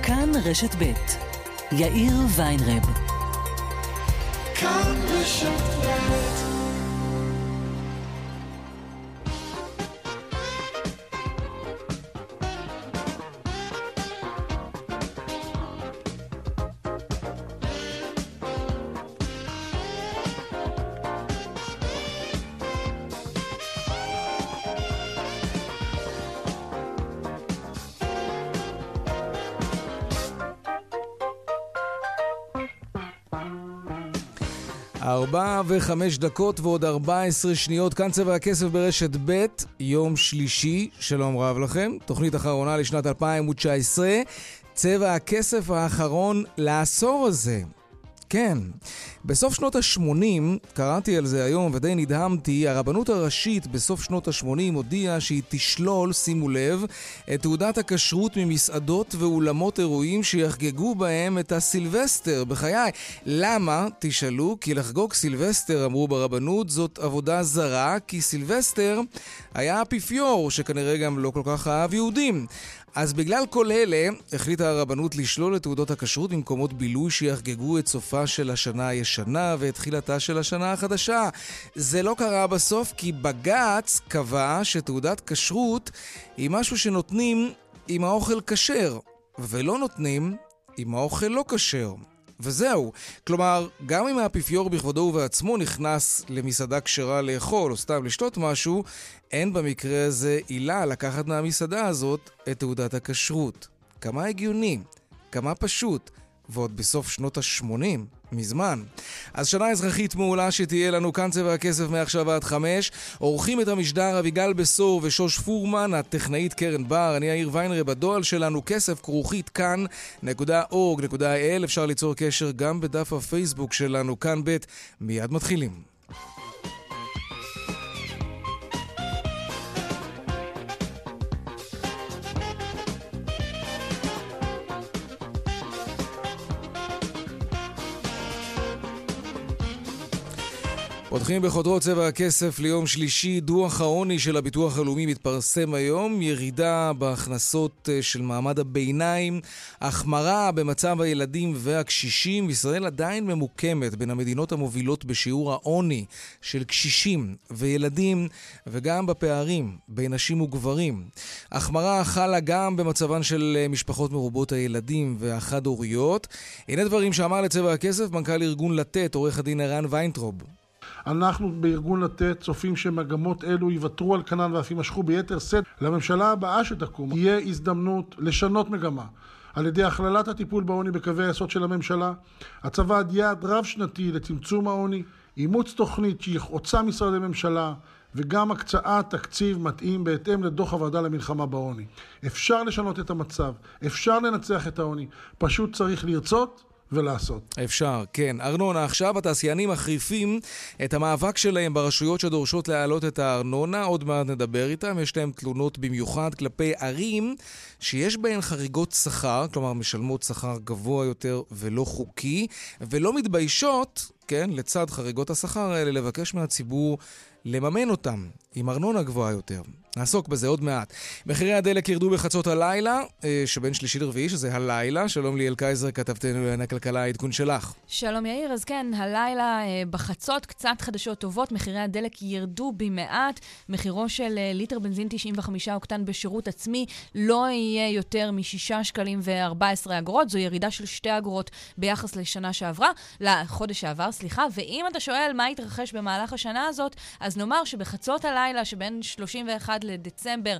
כאן רשת ב' יאיר ויינרב. כאן רשת ב'. ארבע וחמש דקות ועוד 14 שניות, כאן צבע הכסף ברשת ב', יום שלישי, שלום רב לכם, תוכנית אחרונה לשנת 2019, צבע הכסף האחרון לעשור הזה. כן, בסוף שנות ה-80, קראתי על זה היום ודי נדהמתי, הרבנות הראשית בסוף שנות ה-80 הודיעה שהיא תשלול, שימו לב, את תעודת הכשרות ממסעדות ואולמות אירועים שיחגגו בהם את הסילבסטר. בחיי, למה? תשאלו, כי לחגוג סילבסטר, אמרו ברבנות, זאת עבודה זרה, כי סילבסטר היה אפיפיור שכנראה גם לא כל כך אהב יהודים. אז בגלל כל אלה, החליטה הרבנות לשלול את תעודות הכשרות במקומות בילוי שיחגגו את סופה של השנה הישנה ואת תחילתה של השנה החדשה. זה לא קרה בסוף כי בג"ץ קבע שתעודת כשרות היא משהו שנותנים אם האוכל כשר, ולא נותנים אם האוכל לא כשר. וזהו. כלומר, גם אם האפיפיור בכבודו ובעצמו נכנס למסעדה כשרה לאכול או סתם לשתות משהו, אין במקרה הזה עילה לקחת מהמסעדה הזאת את תעודת הכשרות. כמה הגיוני, כמה פשוט, ועוד בסוף שנות ה-80, מזמן. אז שנה אזרחית מעולה שתהיה לנו כאן צבע הכסף מעכשיו עד 5. עורכים את המשדר אביגל בסור ושוש פורמן, הטכנאית קרן בר, אני יאיר ויינרב. בדואל שלנו כסף כרוכית כאן.org.il. אפשר ליצור קשר גם בדף הפייסבוק שלנו כאן ב'. מיד מתחילים. פותחים בחודרות צבע הכסף ליום שלישי. דוח העוני של הביטוח הלאומי מתפרסם היום, ירידה בהכנסות של מעמד הביניים, החמרה במצב הילדים והקשישים. ישראל עדיין ממוקמת בין המדינות המובילות בשיעור העוני של קשישים וילדים וגם בפערים בין נשים וגברים. החמרה חלה גם במצבן של משפחות מרובות הילדים והחד-הוריות. הנה דברים שאמר לצבע הכסף מנכ"ל ארגון לתת, עורך הדין ערן ויינטרוב. אנחנו בארגון לתת צופים שמגמות אלו יוותרו על כנן ואף יימשכו ביתר שאת. לממשלה הבאה שתקום יהיה הזדמנות לשנות מגמה על ידי הכללת הטיפול בעוני בקווי היסוד של הממשלה, הצבת יעד רב שנתי לצמצום העוני, אימוץ תוכנית שהיא חוצה משרדי ממשלה וגם הקצאת תקציב מתאים בהתאם לדוח הוועדה למלחמה בעוני. אפשר לשנות את המצב, אפשר לנצח את העוני, פשוט צריך לרצות ולעשות. אפשר, כן. ארנונה, עכשיו התעשיינים מחריפים את המאבק שלהם ברשויות שדורשות להעלות את הארנונה. עוד מעט נדבר איתם. יש להם תלונות במיוחד כלפי ערים שיש בהן חריגות שכר, כלומר משלמות שכר גבוה יותר ולא חוקי, ולא מתביישות, כן, לצד חריגות השכר האלה, לבקש מהציבור לממן אותם עם ארנונה גבוהה יותר. נעסוק בזה עוד מעט. מחירי הדלק ירדו בחצות הלילה, שבין שלישי לרביעי, שזה הלילה. שלום ליאל קייזר, כתבתנו לענייני כלכלה, העדכון שלך. שלום יאיר, אז כן, הלילה בחצות קצת חדשות טובות, מחירי הדלק ירדו במעט, מחירו של ליטר בנזין 95 אוקטן בשירות עצמי לא יהיה יותר מ6 שקלים ו14 אגורות, זו ירידה של 2 אגורות ביחס לשנה שעברה, לחודש שעבר, סליחה, ואם אתה שואל מה התרחש במהלך השנה הזאת, אז נאמר שבחצות הלילה שבין 31 לדצמבר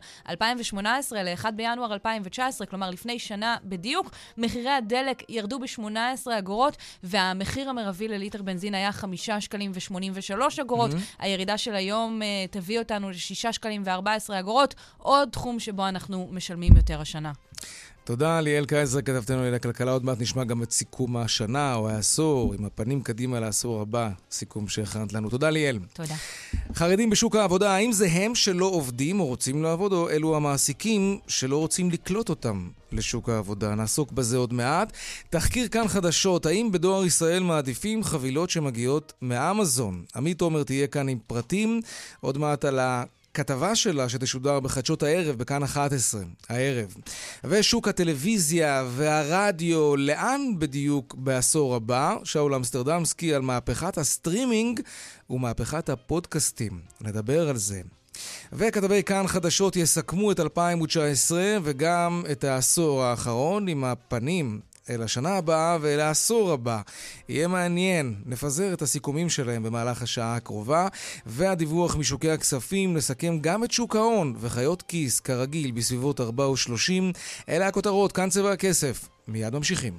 2018 ל-1 בינואר 2019, כלומר לפני שנה בדיוק, מחירי הדלק ירדו ב18 אגורות, והמחיר המרבי לליטר בנזין היה 5 שקלים ו83 אגורות. הירידה של היום תביא אותנו ל6 שקלים ו14 אגורות, עוד תחום שבו אנחנו משלמים יותר השנה. תודה, ליאל קייזר, כתבתנו לענייני כלכלה. עוד מעט נשמע גם את סיכום השנה או העשור, עם הפנים קדימה לעשור הבא, סיכום שהכנת לנו. תודה, ליאל. תודה. חרדים בשוק העבודה, האם זה הם שלא עובדים או רוצים לעבוד, או אלו המעסיקים שלא רוצים לקלוט אותם לשוק העבודה? נעסוק בזה עוד מעט. תחקיר כאן חדשות, האם בדואר ישראל מעדיפים חבילות שמגיעות מאמזון? עמית עומר תהיה כאן עם פרטים, עוד מעט על כתבה שלה שתשודר בחדשות הערב, בכאן 11, הערב. ושוק הטלוויזיה והרדיו, לאן בדיוק בעשור הבא? שאול אמסטרדמסקי על מהפכת הסטרימינג ומהפכת הפודקאסטים. נדבר על זה. וכתבי כאן חדשות יסכמו את 2019 וגם את העשור האחרון עם הפנים אל השנה הבאה ואל העשור הבא. יהיה מעניין, נפזר את הסיכומים שלהם במהלך השעה הקרובה, והדיווח משוקי הכספים נסכם גם את שוק ההון וחיות כיס כרגיל בסביבות 4.30. אלה הכותרות, כאן צבע הכסף. מיד ממשיכים.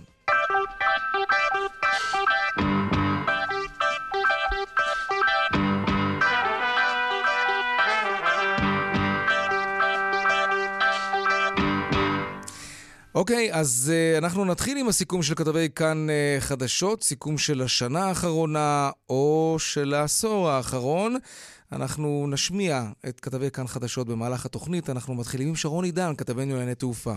אוקיי, אז אנחנו נתחיל עם הסיכום של כתבי כאן חדשות, סיכום של השנה האחרונה או של העשור האחרון. אנחנו נשמיע את כתבי כאן חדשות במהלך התוכנית. אנחנו מתחילים עם שרון עידן, כתבנו לענייני תעופה.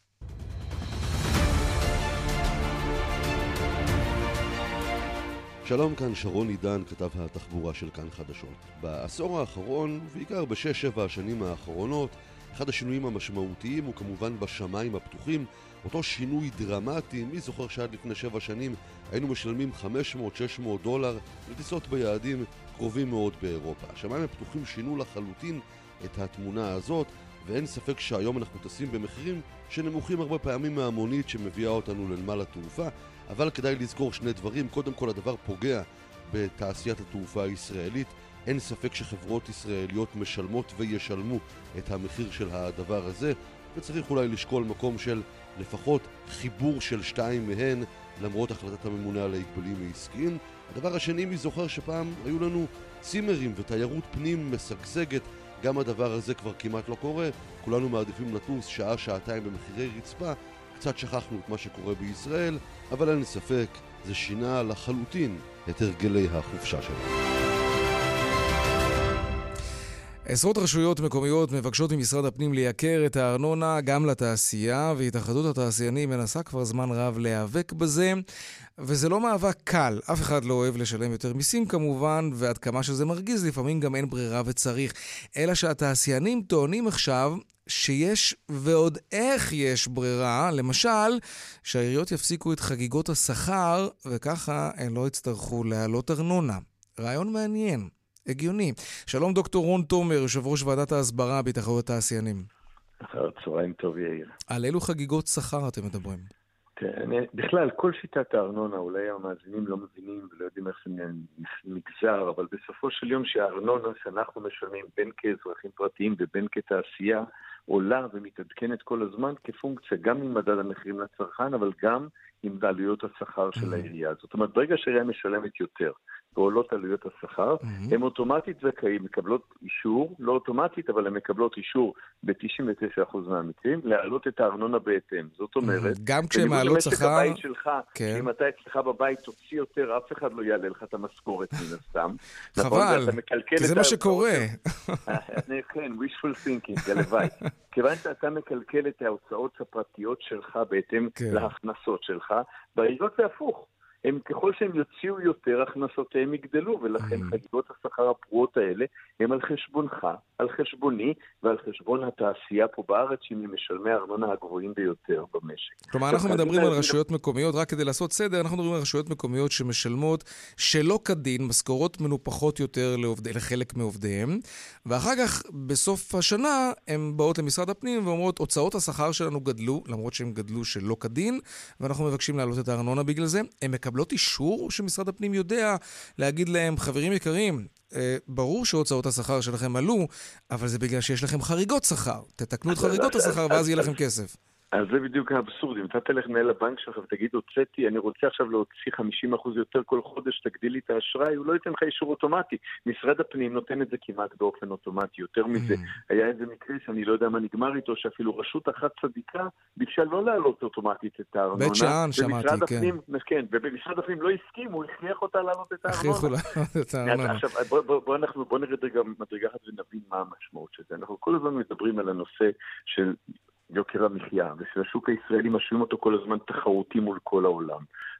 שלום, כאן שרון עידן, כתב התחבורה של כאן חדשות. בעשור האחרון, בעיקר ב6-7 השנים האחרונות, אחד השינויים המשמעותיים הוא כמובן בשמיים הפתוחים, אותו שינוי דרמטי. מי זוכר שעד לפני 7 שנים היינו משלמים $500-600 לטיסות ביעדים קרובים מאוד באירופה. השמיים הפתוחים שינו לחלוטין את התמונה הזאת, ואין ספק שהיום אנחנו טסים במחירים שנמוכים הרבה פעמים מהמונית שמביאה אותנו לנמל התעופה, אבל כדאי לזכור שני דברים. קודם כל, הדבר פוגע בתעשיית התעופה הישראלית. אין ספק שחברות ישראליות משלמות וישלמו את המחיר של הדבר הזה, וצריך אולי לשקול מקום של לפחות חיבור של 2 מהן, למרות החלטת הממונה על ההגבלים העסקיים. הדבר השני, מי זוכר שפעם היו לנו צימרים ותיירות פנים משגשגת, גם הדבר הזה כבר כמעט לא קורה. כולנו מעדיפים לטוס שעה-שעתיים במחירי רצפה. קצת שכחנו את מה שקורה בישראל, אבל אין ספק, זה שינה לחלוטין את הרגלי החופשה שלנו. עשרות רשויות מקומיות מבקשות ממשרד הפנים לייקר את הארנונה גם לתעשייה, והתאחדות התעשיינים מנסה כבר זמן רב להיאבק בזה, וזה לא מאבק קל. אף אחד לא אוהב לשלם יותר מיסים כמובן, ועד כמה שזה מרגיז לפעמים גם אין ברירה וצריך. אלא שהתעשיינים טוענים עכשיו שיש ועוד איך יש ברירה, למשל שהעיריות יפסיקו את חגיגות השכר, וככה הן לא יצטרכו להעלות ארנונה. רעיון מעניין. הגיוני. שלום דוקטור רון תומר, יושב ראש ועדת ההסברה בהתאחדות התעשיינים. אחר צהריים טוב יאיר. על אילו חגיגות שכר אתם מדברים? בכלל, כל שיטת הארנונה, אולי המאזינים לא מבינים ולא יודעים איך זה נגזר, אבל בסופו של יום שהארנונה שאנחנו משלמים בין כאזרחים פרטיים ובין כתעשייה, עולה ומתעדכנת כל הזמן כפונקציה גם עם מדד המחירים לצרכן, אבל גם עם עלויות השכר של העירייה. זאת אומרת, ברגע שהעירייה משלמת יותר, ועולות עלויות השכר, הן אוטומטית זכאים, מקבלות אישור, לא אוטומטית, אבל הן מקבלות אישור ב-99% מהמקרים, להעלות את הארנונה בהתאם. זאת אומרת, גם כשהן מעלות שכר, אם אתה אצלך בבית תוציא יותר, אף אחד לא יעלה לך את המשכורת מן הסתם. חבל, כי זה מה שקורה. כן, wishful thinking, הלוואי. כיוון שאתה מקלקל את ההוצאות הפרטיות שלך בהתאם להכנסות שלך, בעיריות זה הפוך. הם ככל שהם יוציאו יותר, הכנסותיהם יגדלו, ולכן חגיגות השכר הפרועות האלה הם על חשבונך, על חשבוני, ועל חשבון התעשייה פה בארץ, שהיא משלמי הארנונה הגבוהים ביותר במשק. כלומר, אנחנו מדברים על רשויות מקומיות, רק כדי לעשות סדר, אנחנו מדברים על רשויות מקומיות שמשלמות שלא כדין, משכורות מנופחות יותר לחלק מעובדיהם, ואחר כך, בסוף השנה, הן באות למשרד הפנים ואומרות, הוצאות השכר שלנו גדלו, למרות שהם גדלו שלא כדין, ואנחנו מבקשים להעלות את הארנונה בגלל זה. הם מקבלות אישור שמשרד הפנים יודע להגיד להם, חברים יקרים, ברור שהוצאות השכר שלכם עלו, אבל זה בגלל שיש לכם חריגות שכר. תתקנו את חריגות השכר ואז יהיה לכם כסף. אז זה בדיוק האבסורד. אם אתה תלך מנהל הבנק שלך ותגיד, הוצאתי, אני רוצה עכשיו להוציא 50% יותר כל חודש, תגדיל לי את האשראי, הוא לא ייתן לך אישור אוטומטי. משרד הפנים נותן את זה כמעט באופן אוטומטי. יותר מזה, היה איזה מקרה שאני לא יודע מה נגמר איתו, שאפילו רשות אחת צדיקה ביקשה לא להעלות אוטומטית את הארנונה. בית שאן, שמעתי, כן. ובמשרד הפנים לא הסכים, הוא הכריח אותה להעלות את הארנונה. הכריחו להעלות את הארנונה. עכשיו, בוא נרד רגע מדרגה אחת ונבין מה המשמעות של זה. אנחנו כל הזמן מדברים על הנושא של יוקר המחיה, ושל השוק הישראלי משווים אותו כל הזמן תחרותי מול כל העולם.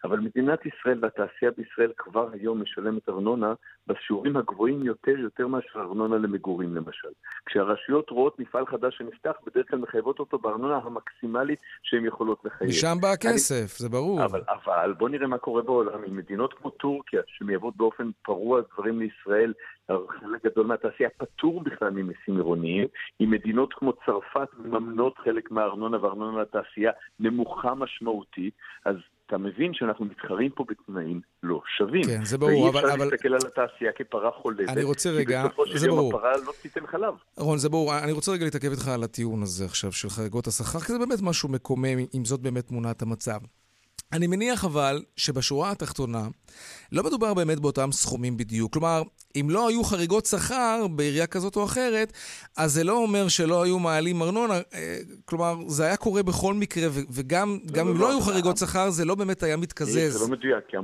אבל מדינת ישראל והתעשייה בישראל כבר היום משלמת ארנונה בשיעורים הגבוהים יותר מאשר ארנונה למגורים למשל. כשהרשויות רואות מפעל חדש שנפתח, בדרך כלל מחייבות אותו בארנונה המקסימלית שהן יכולות לחייב. משם בא הכסף, זה ברור. אבל בוא נראה מה קורה בעולם. עם מדינות כמו טורקיה, שמייבאות באופן פרוע דברים לישראל, חלק גדול מהתעשייה פטור בכלל ממסים עירוניים, עם מדינות כמו צרפת מממנות חלק מהארנונה והארנונה לתעשייה נמוכה משמעותית, אז אתה מבין שאנחנו מתחרים פה בתנאים לא שווים. כן, זה ברור, אבל... ואי אפשר להסתכל על התעשייה כפרה חולבת. אני רוצה רגע, זה ברור. הפרה לא תיתן חלב. רון, זה ברור. אני רוצה רגע להתעכב איתך על הטיעון הזה עכשיו של חריגות השכר, כי זה באמת משהו מקומם, אם זאת באמת תמונת המצב. אני מניח אבל שבשורה התחתונה לא מדובר באמת באותם סכומים בדיוק. כלומר, אם לא היו חריגות שכר בעירייה כזאת או אחרת, אז זה לא אומר שלא היו מעלים ארנונה. כלומר, זה היה קורה בכל מקרה, וגם אם לא היו חריגות שכר, זה לא באמת היה מתקזז. זה לא מדויק, כי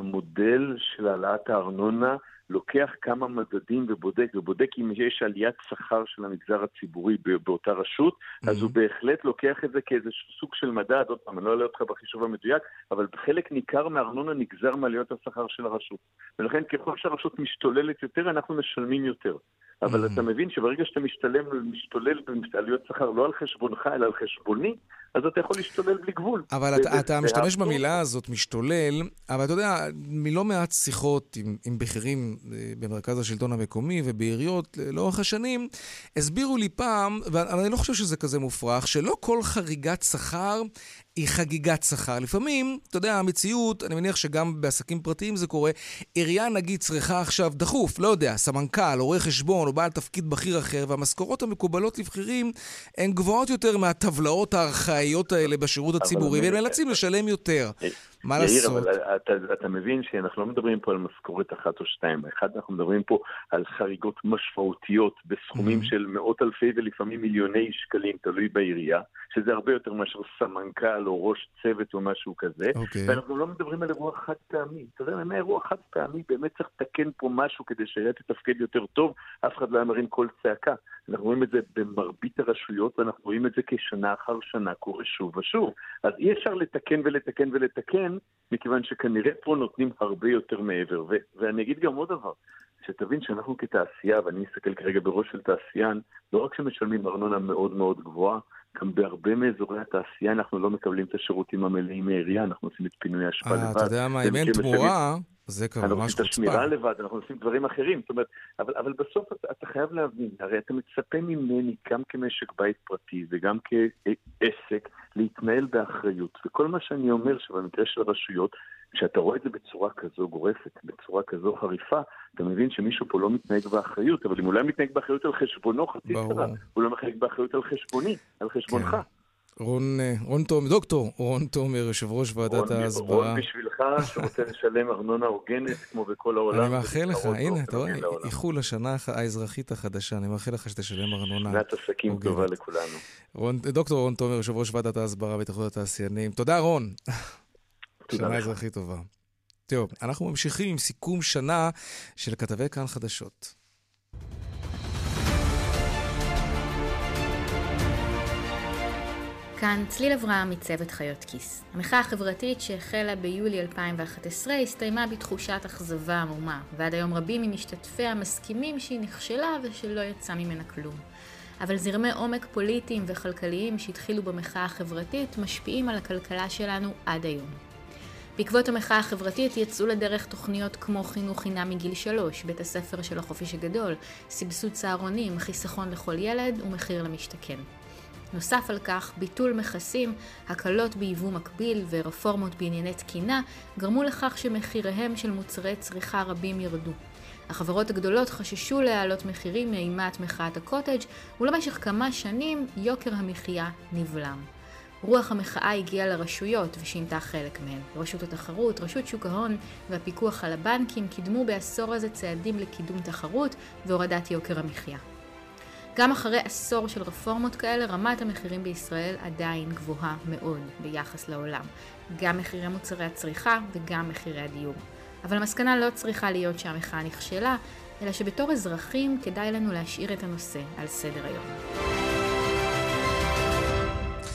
המודל של העלאת הארנונה לוקח כמה מדדים ובודק אם יש עליית שכר של המגזר הציבורי באותה רשות, אז הוא בהחלט לוקח את זה כאיזה סוג של מדד, עוד פעם, אני לא אעלה אותך בחישוב המדויק, אבל חלק ניכר מהארנונה נגזר מעליות השכר של הרשות. ולכן ככל שהרשות משתוללת יותר, אנחנו משלמים יותר. אבל אתה מבין שברגע שאתה משתולל בעליות שכר לא על חשבונך, אלא על חשבוני, אז אתה יכול להשתולל בלי גבול. אבל אתה משתמש במילה הזאת, משתולל, אבל אתה יודע, מלא מעט שיחות עם בכירים במרכז השלטון המקומי ובעיריות לאורך השנים, הסבירו לי פעם, ואני לא חושב שזה כזה מופרך, שלא כל חריגת שכר היא חגיגת שכר. לפעמים, אתה יודע, המציאות, אני מניח שגם בעסקים פרטיים זה קורה, עירייה נגיד צריכה עכשיו דחוף, לא יודע, סמנכ"ל, עורך חשבון או בעל תפקיד בכיר אחר, והמשכורות המקובלות לבחירים הן גבוהות יותר מהטבלאות הארכאיות האלה בשירות הציבורי, והם נאלצים לשלם יותר. מה לעשות? אבל אתה מבין שאנחנו לא מדברים פה על משכורת אחת או שתיים. אחד, אנחנו מדברים פה על חריגות משמעותיות בסכומים של מאות אלפי ולפעמים מיליוני שקלים, תלוי בעירייה, שזה הרבה יותר מאשר סמנכ"ל או ראש צוות או משהו כזה. ואנחנו לא מדברים על אירוע חד פעמי. אתה יודע, מה אירוע חד פעמי? באמת צריך לתקן פה משהו כדי שהעירייה תתפקד יותר טוב. אף אחד לא ימרים כל צעקה. אנחנו רואים את זה במרבית הרשויות, ואנחנו רואים את זה כשנה אחר שנה קורה שוב ושוב. אז אי אפשר לתקן ולתקן ולתקן, מכיוון שכנראה פה נותנים הרבה יותר מעבר. ואני אגיד גם עוד דבר, שתבין שאנחנו כתעשייה, ואני מסתכל כרגע בראש של תעשיין, לא רק שמשלמים ארנונה מאוד מאוד גבוהה, גם בהרבה מאזורי התעשייה אנחנו לא מקבלים את השירותים המלאים מהעירייה, אנחנו עושים את פינוי ההשפעה לבד. אתה יודע מה, אם אין תמורה, זה כבר ממש חוצפה. אנחנו עושים את השמירה לבד, אנחנו עושים דברים אחרים. זאת אומרת, אבל בסוף אתה חייב להבין, הרי אתה מצפה ממני גם כמשק בית פרטי וגם כעסק להתנהל באחריות. וכל מה שאני אומר שבמקרה של הרשויות, כשאתה רואה את זה בצורה כזו גורפת, בצורה כזו חריפה, אתה מבין שמישהו פה לא מתנהג באחריות, אבל אם הוא לא מתנהג באחריות על חשבונו חצי שנה, הוא לא מתנהג באחריות על חשבוני, על חשבונך. דוקטור רון תומר, יושב ראש ועדת ההסברה. רון בשבילך שרוצה לשלם ארנונה הוגנת כמו בכל העולם. אני מאחל לך, הנה, אתה רואה, איחול השנה האזרחית החדשה, אני מאחל לך שתשלם ארנונה הוגנת. שנת עסקים טובה לכולנו. דוקטור רון תומר, יושב ראש ועדת ההסברה והתאחדות התעשיינים. תודה רון. שנה אזרחית טובה. טוב, אנחנו ממשיכים עם סיכום שנה של כתבי כאן חדשות. כאן צליל אברהם מצוות חיות כיס. המחאה החברתית שהחלה ביולי 2011 הסתיימה בתחושת אכזבה עמומה, ועד היום רבים ממשתתפיה מסכימים שהיא נכשלה ושלא יצא ממנה כלום. אבל זרמי עומק פוליטיים וכלכליים שהתחילו במחאה החברתית משפיעים על הכלכלה שלנו עד היום. בעקבות המחאה החברתית יצאו לדרך תוכניות כמו חינוך חינם מגיל 3, בית הספר של החופש הגדול, סבסוד צהרונים, חיסכון לכל ילד ומחיר למשתכן. נוסף על כך, ביטול מכסים, הקלות ביבוא מקביל ורפורמות בענייני תקינה גרמו לכך שמחיריהם של מוצרי צריכה רבים ירדו. החברות הגדולות חששו להעלות מחירים מאימת מחאת הקוטג' ולמשך כמה שנים יוקר המחיה נבלם. רוח המחאה הגיעה לרשויות ושינתה חלק מהן. רשות התחרות, רשות שוק ההון והפיקוח על הבנקים קידמו בעשור הזה צעדים לקידום תחרות והורדת יוקר המחיה. גם אחרי עשור של רפורמות כאלה, רמת המחירים בישראל עדיין גבוהה מאוד ביחס לעולם. גם מחירי מוצרי הצריכה וגם מחירי הדיור. אבל המסקנה לא צריכה להיות שהמחאה נכשלה, אלא שבתור אזרחים כדאי לנו להשאיר את הנושא על סדר היום.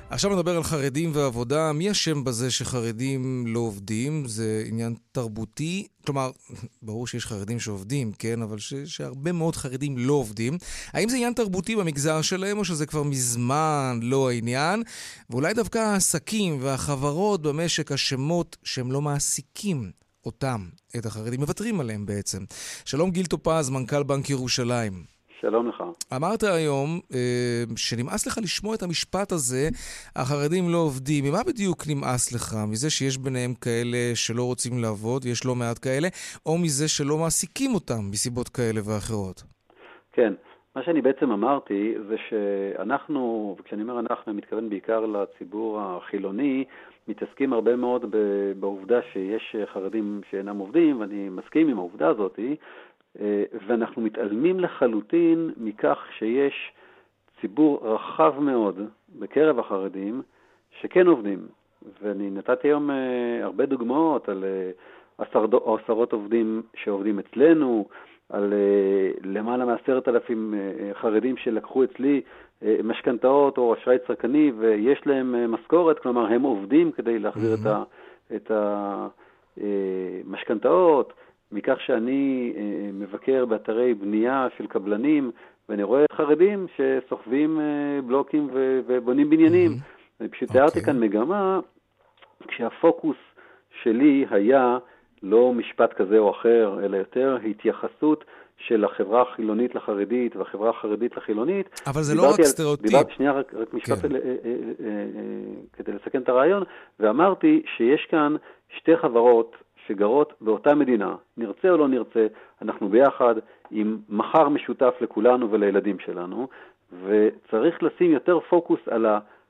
עכשיו נדבר על חרדים ועבודה. מי אשם בזה שחרדים לא עובדים? זה עניין תרבותי. כלומר, ברור שיש חרדים שעובדים, כן? אבל שהרבה מאוד חרדים לא עובדים. האם זה עניין תרבותי במגזר שלהם, או שזה כבר מזמן לא העניין? ואולי דווקא העסקים והחברות במשק אשמות שהם לא מעסיקים אותם, את החרדים, מוותרים עליהם בעצם. שלום גיל טופז, מנכ"ל בנק ירושלים. שלום לך. אמרת היום שנמאס לך לשמוע את המשפט הזה, החרדים לא עובדים. ממה בדיוק נמאס לך? מזה שיש ביניהם כאלה שלא רוצים לעבוד, יש לא מעט כאלה, או מזה שלא מעסיקים אותם מסיבות כאלה ואחרות? כן, מה שאני בעצם אמרתי זה שאנחנו, וכשאני אומר אנחנו, אני מתכוון בעיקר לציבור החילוני, מתעסקים הרבה מאוד בעובדה שיש חרדים שאינם עובדים, ואני מסכים עם העובדה הזאת, ואנחנו מתעלמים לחלוטין מכך שיש ציבור רחב מאוד בקרב החרדים שכן עובדים. ואני נתתי היום הרבה דוגמאות על עשרות עובדים שעובדים אצלנו, על למעלה מ10,000 חרדים שלקחו אצלי משכנתאות או אשראי צרכני ויש להם משכורת, כלומר הם עובדים כדי להחזיר את המשכנתאות. מכך שאני מבקר באתרי בנייה של קבלנים, ואני רואה חרדים שסוחבים בלוקים ובונים בניינים. אני פשוט תיארתי כאן מגמה, כשהפוקוס שלי היה לא משפט כזה או אחר, אלא יותר התייחסות של החברה החילונית לחרדית והחברה החרדית לחילונית. אבל זה לא רק סטריאוטיפ. שנייה, רק משפט כדי לסכן את הרעיון, ואמרתי שיש כאן שתי חברות שגרות באותה מדינה, נרצה או לא נרצה, אנחנו ביחד עם מחר משותף לכולנו ולילדים שלנו, וצריך לשים יותר פוקוס על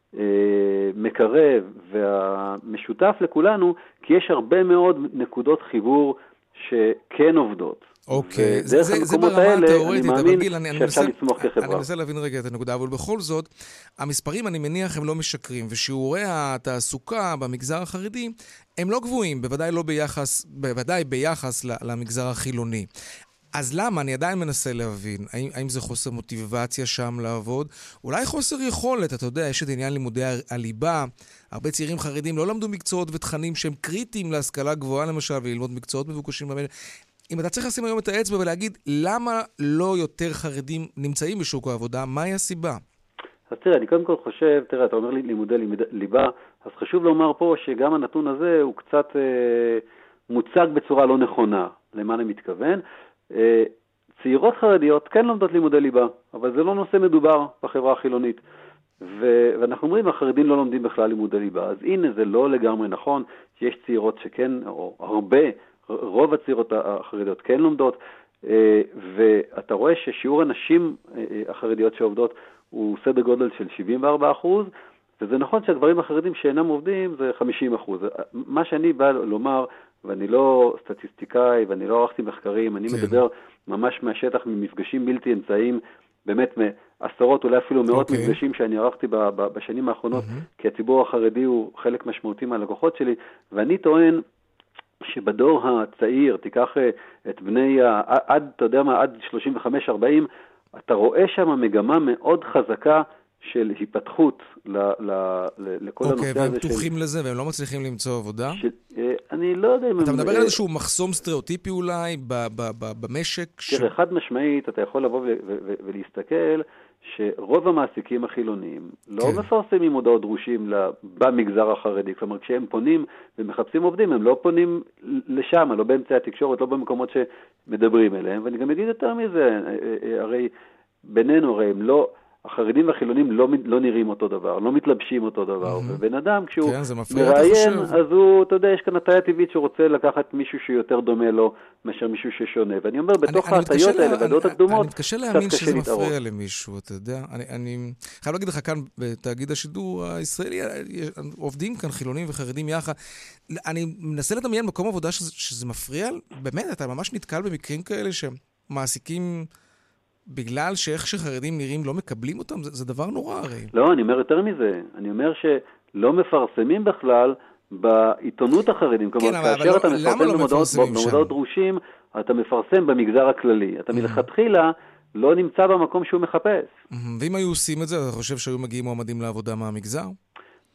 המקרב והמשותף לכולנו, כי יש הרבה מאוד נקודות חיבור שכן עובדות. אוקיי, זה ברמה התיאורטית, אבל גיל, אני מנסה להבין רגע את הנקודה, אבל בכל זאת, המספרים, אני מניח, הם לא משקרים, ושיעורי התעסוקה במגזר החרדי, הם לא גבוהים, בוודאי ביחס למגזר החילוני. אז למה? אני עדיין מנסה להבין, האם זה חוסר מוטיבציה שם לעבוד? אולי חוסר יכולת, אתה יודע, יש את עניין לימודי הליבה, הרבה צעירים חרדים לא למדו מקצועות ותכנים שהם קריטיים להשכלה גבוהה, למשל, וללמוד מקצועות מבוקשים במדינה. אם אתה צריך לשים היום את האצבע ולהגיד למה לא יותר חרדים נמצאים בשוק העבודה, מהי הסיבה? אז תראה, אני קודם כל חושב, אתה אומר לי לימודי ליבה, אז חשוב לומר פה שגם הנתון הזה הוא קצת מוצג בצורה לא נכונה, למה אני מתכוון. צעירות חרדיות כן לומדות לימודי ליבה, אבל זה לא נושא מדובר בחברה החילונית. ואנחנו אומרים, החרדים לא לומדים בכלל לימודי ליבה, אז הנה זה לא לגמרי נכון, שיש צעירות שכן, או הרבה, רוב הצעירות החרדיות כן לומדות, ואתה רואה ששיעור הנשים החרדיות שעובדות הוא סדר גודל של 74%, וזה נכון שהגברים החרדים שאינם עובדים זה 50%. מה שאני בא לומר, ואני לא סטטיסטיקאי ואני לא ערכתי מחקרים, אני מדבר ממש מהשטח, ממפגשים בלתי אמצעיים, באמת מעשרות, אולי אפילו מאות מפגשים שאני ערכתי בשנים האחרונות, כי הציבור החרדי הוא חלק משמעותי מהלקוחות שלי, ואני טוען שבדור הצעיר, תיקח את בני, אתה יודע מה, עד 35-40, אתה רואה שם מגמה מאוד חזקה של היפתחות לכל הנושא הזה. אוקיי, והם פתוחים לזה, והם לא מצליחים למצוא עבודה? אני לא יודע אם... אתה מדבר על איזשהו מחסום סטריאוטיפי אולי במשק? תראה, חד משמעית, אתה יכול לבוא ולהסתכל שרוב המעסיקים החילוניים לא מפרסמים הודעות דרושים במגזר החרדי. כלומר, כשהם פונים ומחפשים עובדים, הם לא פונים לשם, לא באמצעי התקשורת, לא במקומות שמדברים אליהם. ואני גם אגיד יותר מזה, הרי בינינו, הרי הם לא... החרדים והחילונים לא נראים אותו דבר, לא מתלבשים אותו דבר, ובן אדם כשהוא מראיין, אז הוא, אתה יודע, יש כאן הטעיה טבעית שרוצה לקחת מישהו שיותר דומה לו מאשר מישהו ששונה, ואני אומר, בתוך ההטיות האלה, בדעות הקדומות, אני מתקשה להאמין שזה מפריע למישהו, אתה יודע, אני חייב להגיד לך כאן, בתאגיד השידור הישראלי, עובדים כאן חילונים וחרדים יחד, אני מנסה לדמיין מקום עבודה שזה מפריע, באמת, אתה ממש נתקל במקרים כאלה שמעסיקים... בגלל שאיך שחרדים נראים לא מקבלים אותם, זה דבר נורא הרי. לא, אני אומר יותר מזה. אני אומר שלא מפרסמים בכלל בעיתונות החרדים. כן, אבל למה לא מפרסמים שם? במודעות דרושים, אתה מפרסם במגזר הכללי. אתה מלכתחילה לא נמצא במקום שהוא מחפש. ואם היו עושים את זה, אתה חושב שהיו מגיעים מועמדים לעבודה מהמגזר?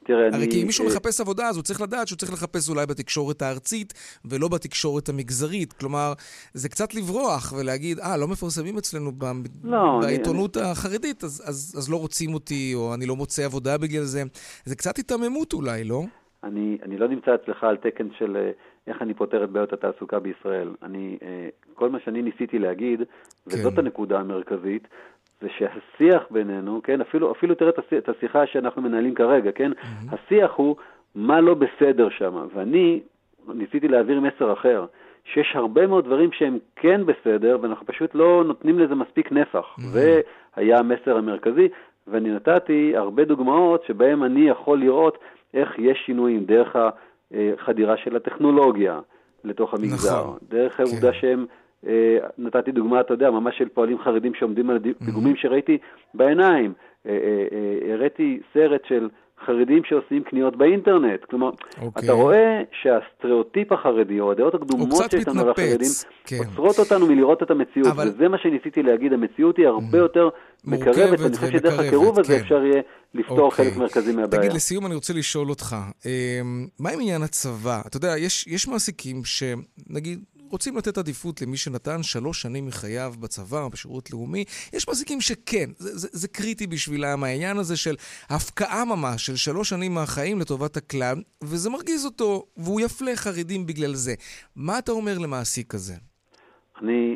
הרי כי אם מישהו מחפש עבודה, אז הוא צריך לדעת שהוא צריך לחפש אולי בתקשורת הארצית, ולא בתקשורת המגזרית. כלומר, זה קצת לברוח ולהגיד, לא מפרסמים אצלנו בעיתונות החרדית, אז לא רוצים אותי, או אני לא מוצא עבודה בגלל זה. זה קצת התעממות אולי, לא? אני לא נמצא אצלך על תקן של איך אני פותר את בעיות התעסוקה בישראל. כל מה שאני ניסיתי להגיד, וזאת הנקודה המרכזית, זה שהשיח בינינו, כן, אפילו תראה את השיחה שאנחנו מנהלים כרגע, כן, השיח הוא מה לא בסדר שם, ואני ניסיתי להעביר מסר אחר, שיש הרבה מאוד דברים שהם כן בסדר, ואנחנו פשוט לא נותנים לזה מספיק נפח, והיה המסר המרכזי, ואני נתתי הרבה דוגמאות שבהם אני יכול לראות איך יש שינויים דרך החדירה של הטכנולוגיה לתוך המגזר, דרך העובדה שהם נתתי דוגמה, אתה יודע, ממש של פועלים חרדים שעומדים על פיגומים שראיתי בעיניים. הראיתי סרט של חרדים שעושים קניות באינטרנט. כלומר, אתה רואה שהסטריאוטיפ החרדי, או הדעות הקדומות שיש לנו על החרדים, עוצרות אותנו מלראות את המציאות. וזה מה שניסיתי להגיד, המציאות היא הרבה יותר מקרבת, ואני חושב שדרך הקירוב הזה אפשר יהיה לפתור חלק מרכזי מהבעיה. תגיד, לסיום אני רוצה לשאול אותך, מה עם עניין הצבא? אתה יודע, יש מעסיקים שנגיד, רוצים לתת עדיפות למי שנתן 3 שנים מחייו בצבא, בשירות לאומי. יש מעסיקים שכן, זה קריטי בשבילם, העניין הזה של הפקעה ממש, של 3 שנים מהחיים לטובת הכלל, וזה מרגיז אותו, והוא יפלה חרדים בגלל זה. מה אתה אומר למעסיק הזה? אני,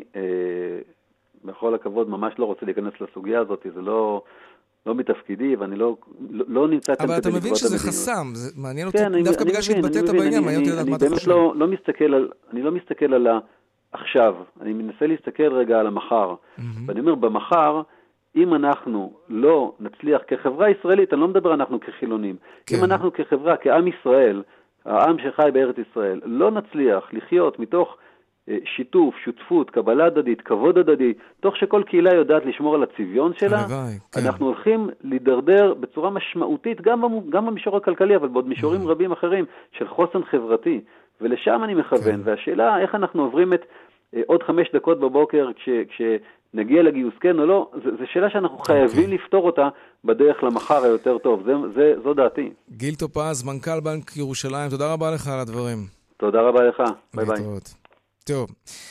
בכל הכבוד, ממש לא רוצה להיכנס לסוגיה הזאת, זה לא מתפקידי, ואני לא נמצא כאן... אבל אתה מבין שזה חסם, זה מעניין אותי, דווקא בגלל שהתבטאת בעניין, מעניין אותי לדעת מה אתה חושב. אני לא מסתכל על עכשיו, אני מנסה להסתכל רגע על המחר, ואני אומר, במחר, אם אנחנו לא נצליח כחברה ישראלית, אני לא מדבר אנחנו כחילונים, אם אנחנו כחברה, כעם ישראל, העם שחי בארץ ישראל, לא נצליח לחיות מתוך שיתוף, שותפות, קבלה הדדית, כבוד הדדי, תוך שכל קהילה יודעת לשמור על הצביון שלה, אנחנו הולכים להידרדר בצורה משמעותית, גם במישור הכלכלי, אבל בעוד מישורים רבים אחרים של חוסן חברתי, ולשם אני מכוון, והשאלה איך אנחנו עוברים את עוד 5 דקות בבוקר כשנגיע לגיוס כן או לא, זו שאלה שאנחנו חייבים לפתור אותה בדרך למחר היותר טוב, זו דעתי. גיל טופז, מנכ"ל בנק ירושלים, תודה רבה לך על הדברים. תודה רבה לך, ביי ביי. טוב,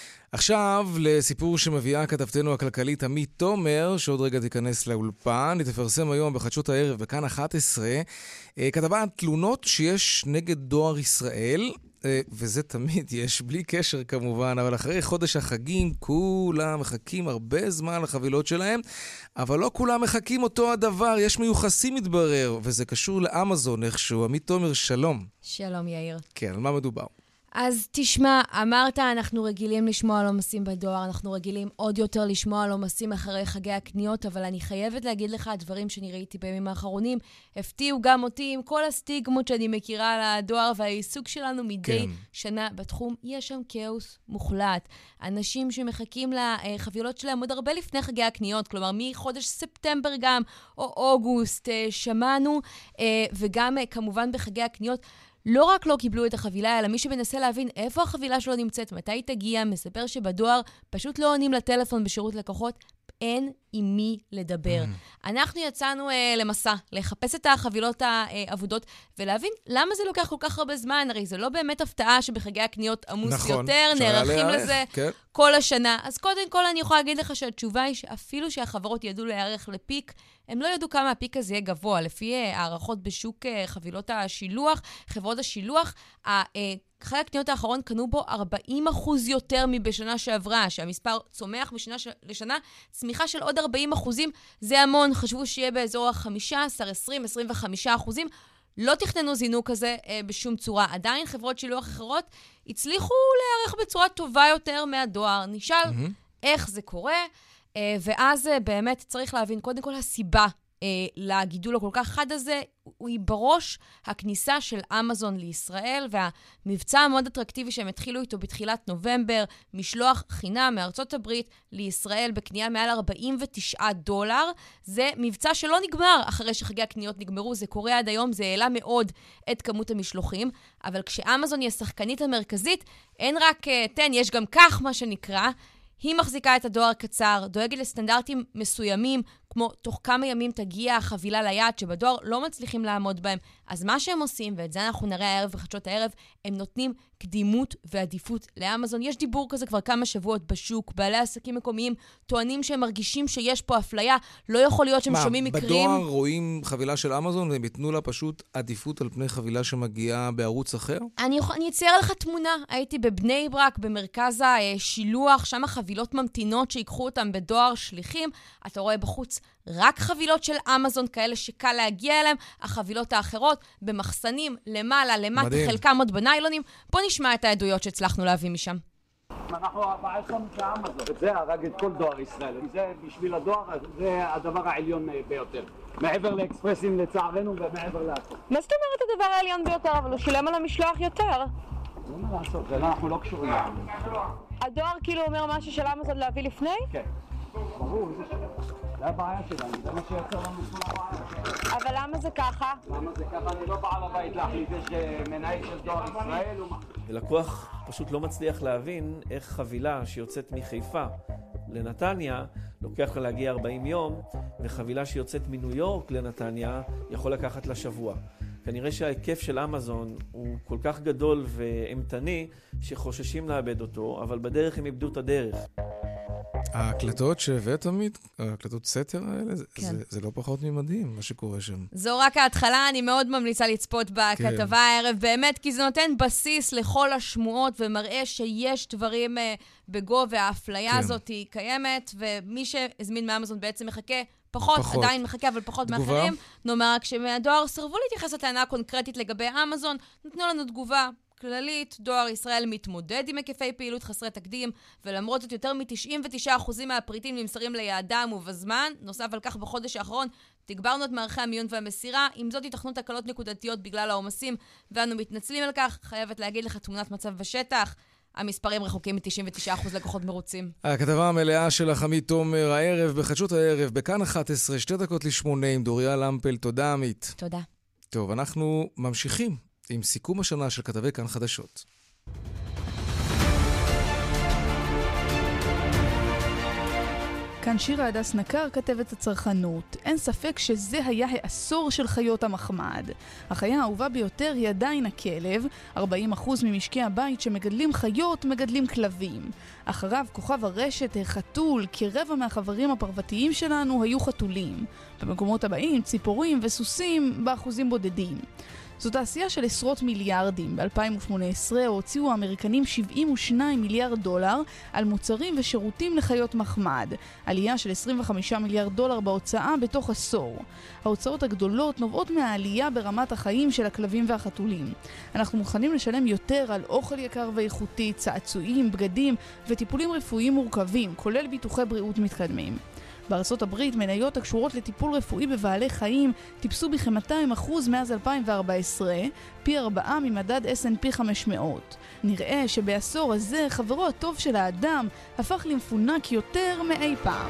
עכשיו לסיפור שמביאה כתבתנו הכלכלית עמית תומר, שעוד רגע תיכנס לאולפן. היא תפרסם היום בחדשות הערב בכאן 11, כתבה על תלונות שיש נגד דואר ישראל, וזה תמיד יש, בלי קשר כמובן, אבל אחרי חודש החגים כולם מחכים הרבה זמן לחבילות שלהם, אבל לא כולם מחכים אותו הדבר, יש מיוחסים מתברר, וזה קשור לאמזון איכשהו. עמית תומר, שלום. שלום יאיר. כן, על מה מדובר? אז תשמע, אמרת, אנחנו רגילים לשמוע על עומסים בדואר, אנחנו רגילים עוד יותר לשמוע על עומסים אחרי חגי הקניות, אבל אני חייבת להגיד לך, הדברים שאני ראיתי בימים האחרונים, הפתיעו גם אותי עם כל הסטיגמות שאני מכירה על הדואר, והעיסוק שלנו מדי שנה בתחום, יש שם כאוס מוחלט. אנשים שמחכים לחבילות שלהם עוד הרבה לפני חגי הקניות, כלומר מחודש ספטמבר גם, או אוגוסט, שמענו, וגם כמובן בחגי הקניות, לא רק לא קיבלו את החבילה, אלא מי שמנסה להבין איפה החבילה שלו נמצאת, מתי היא תגיע, מספר שבדואר פשוט לא עונים לטלפון בשירות לקוחות, אין עם מי לדבר. אנחנו יצאנו למסע, לחפש את החבילות העבודות, ולהבין למה זה לוקח כל כך הרבה זמן, הרי זה לא באמת הפתעה שבחגי הקניות עמוס יותר, נערכים לזה כל השנה. אז קודם כל אני יכולה להגיד לך שהתשובה היא שאפילו שהחברות ידעו להיערך לפיק, הם לא ידעו כמה הפיק הזה יהיה גבוה. לפי הערכות בשוק חבילות השילוח, חברות השילוח, אחרי הקניות האחרון קנו בו 40% יותר מבשנה שעברה, שהמספר צומח משנה לשנה, צמיחה של עוד 40%, זה המון, חשבו שיהיה באזור ה-15, 20, 25%, לא תכננו זינוק כזה בשום צורה. עדיין חברות שילוח אחרות הצליחו להיערך בצורה טובה יותר מהדואר. נשאל איך זה קורה, ואז באמת צריך להבין, קודם כל הסיבה לגידול הכל כך חד הזה, היא בראש הכניסה של אמזון לישראל, והמבצע המאוד אטרקטיבי שהם התחילו איתו בתחילת נובמבר, משלוח חינם מארצות הברית לישראל בקנייה מעל $49. זה מבצע שלא נגמר אחרי שחגי הקניות נגמרו, זה קורה עד היום, זה העלה מאוד את כמות המשלוחים, אבל כשאמזון היא השחקנית המרכזית, אין רק תן, יש גם כך מה שנקרא, היא מחזיקה את הדואר קצר, דואגת לסטנדרטים מסוימים, כמו תוך כמה ימים תגיע החבילה ליד שבדואר לא מצליחים לעמוד בהם. אז מה שהם עושים, ואת זה אנחנו נראה הערב וחדשות הערב, הם נותנים קדימות ועדיפות לאמזון. יש דיבור כזה כבר כמה שבועות בשוק, בעלי עסקים מקומיים טוענים שהם מרגישים שיש פה אפליה, לא יכול להיות שהם שומעים מקרים. בדואר רואים חבילה של אמזון והם יתנו לה פשוט עדיפות על פני חבילה שמגיעה בערוץ אחר? אני אצייר לך תמונה, הייתי בבני ברק, במרכז השילוח, שם החבילות ממתינות שיקחו אותם בדואר שליחים, אתה רואה בחוץ רק חבילות של אמזון, כאלה שקל להגיע אליהם, החבילות האחרות במחסנים, למעלה, למטה, חלקם עוד בניילונים. בוא נשמע את העדויות שהצלחנו להביא משם. אנחנו הבעיה שלנו שאמזון, וזה הרג את כל דואר ישראל. זה בשביל הדואר, זה הדבר העליון ביותר. מעבר לאקספרסים לצערנו ומעבר להכל. מה זאת אומרת הדבר העליון ביותר? אבל הוא שילם על המשלוח יותר. זה מה לעשות, זה אנחנו לא קשורים. הדואר כאילו אומר משהו של אמזון להביא לפני? כן. ברור, זה הבעיה שלנו, זה מה שיצר לנו כל הבעיה. אבל למה זה ככה? למה זה ככה? אני לא בעל הבית להחליט, יש מנהל של דואר ישראל או מה? ולקוח פשוט לא מצליח להבין איך חבילה שיוצאת מחיפה לנתניה לוקח לה להגיע 40 יום, וחבילה שיוצאת מניו יורק לנתניה יכול לקחת לה שבוע. כנראה שההיקף של אמזון הוא כל כך גדול ואמתני שחוששים לאבד אותו, אבל בדרך הם איבדו את הדרך. ההקלטות שהבאת תמיד, ההקלטות סתר האלה, זה לא פחות ממדהים, מה שקורה שם. זו רק ההתחלה, אני מאוד ממליצה לצפות בכתבה הערב, באמת, כי זה נותן בסיס לכל השמועות, ומראה שיש דברים בגובה, האפליה הזאת היא קיימת, ומי שהזמין מאמזון בעצם מחכה פחות, עדיין מחכה, אבל פחות מאחרים. נאמר, כשהדואר סרבו להתייחס לטענה קונקרטית לגבי אמזון, נתנו לנו תגובה כללית, דואר ישראל מתמודד עם היקפי פעילות חסרי תקדים, ולמרות זאת יותר מ-99% מהפריטים נמסרים ליעדם ובזמן. נוסף על כך בחודש האחרון תגברנו את מערכי המיון והמסירה, עם זאת התכנות הקלות נקודתיות בגלל העומסים, ואנו מתנצלים על כך. חייבת להגיד לך תמונת מצב בשטח, המספרים רחוקים מ-99% לקוחות מרוצים. הכתבה המלאה של עמית תומר הערב בחדשות הערב בכאן 11, 7:50 עם דוריה למפל. תודה עמית. תודה. טוב, אנחנו ממשיכים עם סיכום השנה של כתבי כאן חדשות. כאן שירה הדס נקר, כתבת הצרכנות. אין ספק שזה היה העשור של חיות המחמד. החיה האהובה ביותר היא עדיין הכלב. 40% ממשקי הבית שמגדלים חיות מגדלים כלבים. אחריו כוכב הרשת, החתול, כרבע מהחברים הפרוותיים שלנו היו חתולים. במקומות הבאים ציפורים וסוסים באחוזים בודדים. זו תעשייה של עשרות מיליארדים. ב-2018 הוציאו האמריקנים 72 מיליארד דולר על מוצרים ושירותים לחיות מחמד. עלייה של 25 מיליארד דולר בהוצאה בתוך עשור. ההוצאות הגדולות נובעות מהעלייה ברמת החיים של הכלבים והחתולים. אנחנו מוכנים לשלם יותר על אוכל יקר ואיכותי, צעצועים, בגדים וטיפולים רפואיים מורכבים, כולל ביטוחי בריאות מתקדמים. בארצות הברית מניות הקשורות לטיפול רפואי בבעלי חיים טיפסו בכ-200% מאז 2014, פי 4 ממדד S&P 500. נראה שבעשור הזה חברו הטוב של האדם הפך למפונק יותר מאי פעם.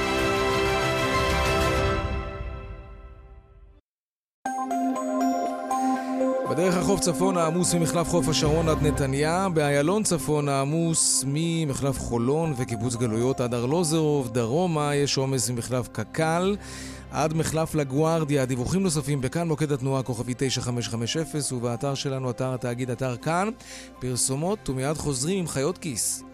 בדרך החוף צפון העמוס ממחלף חוף השרון עד נתניה, באיילון צפון העמוס ממחלף חולון וקיבוץ גלויות עד ארלוזרוב, דרומה יש עומס ממחלף קקל עד מחלף לגוארדיה. דיווחים נוספים בכאן מוקד התנועה כוכבי 9550 ובאתר שלנו, אתר התאגיד, אתר כאן. פרסומות ומיד חוזרים עם חיות כיס.